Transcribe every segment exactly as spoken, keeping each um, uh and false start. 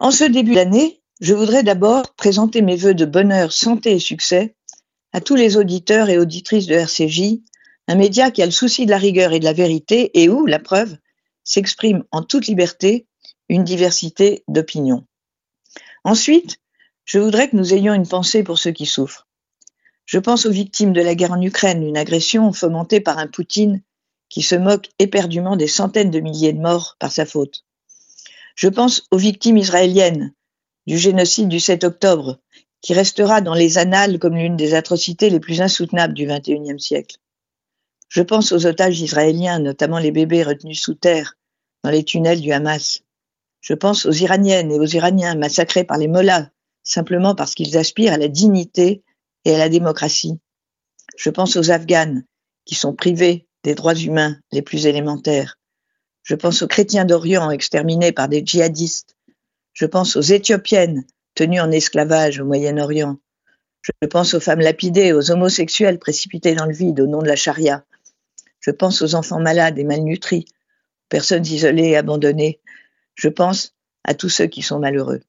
En ce début d'année, je voudrais d'abord présenter mes vœux de bonheur, santé et succès à tous les auditeurs et auditrices de R C J, un média qui a le souci de la rigueur et de la vérité et où, la preuve, s'exprime en toute liberté une diversité d'opinions. Ensuite, je voudrais que nous ayons une pensée pour ceux qui souffrent. Je pense aux victimes de la guerre en Ukraine, une agression fomentée par un Poutine qui se moque éperdument des centaines de milliers de morts par sa faute. Je pense aux victimes israéliennes du génocide du sept octobre, qui restera dans les annales comme l'une des atrocités les plus insoutenables du vingt et unième siècle. Je pense aux otages israéliens, notamment les bébés retenus sous terre dans les tunnels du Hamas. Je pense aux Iraniennes et aux Iraniens massacrés par les mollahs, simplement parce qu'ils aspirent à la dignité et à la démocratie. Je pense aux Afghanes, qui sont privés des droits humains les plus élémentaires. Je pense aux chrétiens d'Orient exterminés par des djihadistes. Je pense aux Éthiopiennes tenues en esclavage au Moyen-Orient. Je pense aux femmes lapidées, aux homosexuels précipités dans le vide au nom de la charia. Je pense aux enfants malades et malnutris, aux personnes isolées et abandonnées. Je pense à tous ceux qui sont malheureux.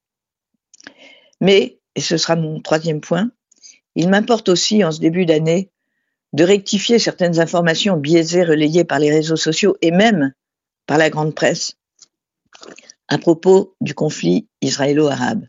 Mais, et ce sera mon troisième point, il m'importe aussi, en ce début d'année, de rectifier certaines informations biaisées relayées par les réseaux sociaux et même par la grande presse à propos du conflit israélo-arabe.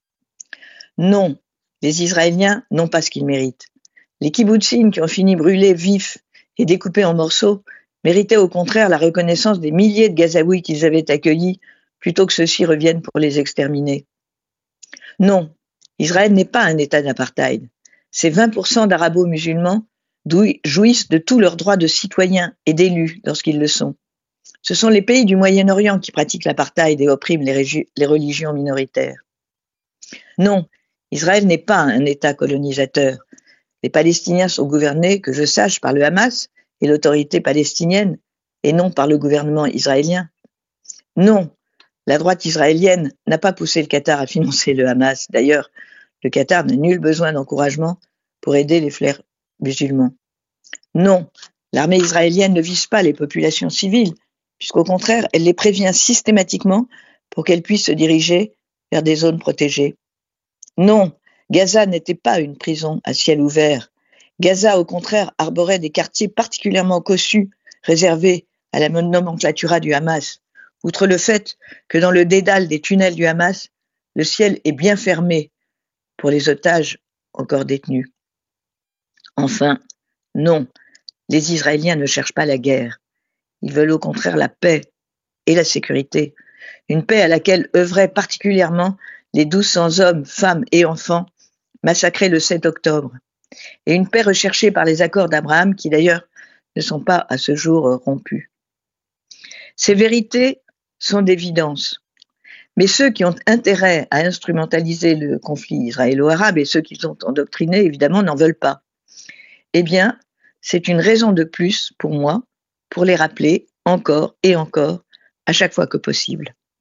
Non, les Israéliens n'ont pas ce qu'ils méritent. Les kibbutzim qui ont fini brûlés vifs et découpés en morceaux méritaient au contraire la reconnaissance des milliers de Gazaouis qu'ils avaient accueillis plutôt que ceux-ci reviennent pour les exterminer. Non, Israël n'est pas un État d'apartheid. Ces vingt pour cent d'arabo-musulmans jouissent de tous leurs droits de citoyens et d'élus lorsqu'ils le sont. Ce sont les pays du Moyen-Orient qui pratiquent l'apartheid et oppriment les, régi- les religions minoritaires. Non, Israël n'est pas un État colonisateur. Les Palestiniens sont gouvernés, que je sache, par le Hamas et l'autorité palestinienne, et non par le gouvernement israélien. Non, la droite israélienne n'a pas poussé le Qatar à financer le Hamas. D'ailleurs, le Qatar n'a nul besoin d'encouragement pour aider les frères musulmans. Non, l'armée israélienne ne vise pas les populations civiles, puisqu'au contraire, elle les prévient systématiquement pour qu'elles puissent se diriger vers des zones protégées. Non, Gaza n'était pas une prison à ciel ouvert. Gaza, au contraire, arborait des quartiers particulièrement cossus, réservés à la nomenclatura du Hamas. Outre le fait que dans le dédale des tunnels du Hamas, le ciel est bien fermé pour les otages encore détenus. Enfin, non, les Israéliens ne cherchent pas la guerre. Ils veulent au contraire la paix et la sécurité. Une paix à laquelle œuvraient particulièrement les douze cents hommes, femmes et enfants massacrés le sept octobre. Et une paix recherchée par les accords d'Abraham qui d'ailleurs ne sont pas à ce jour rompus. Ces vérités sont d'évidence. Mais ceux qui ont intérêt à instrumentaliser le conflit israélo-arabe et ceux qui sont endoctrinés, évidemment, n'en veulent pas. Eh bien, c'est une raison de plus pour moi pour les rappeler encore et encore à chaque fois que possible.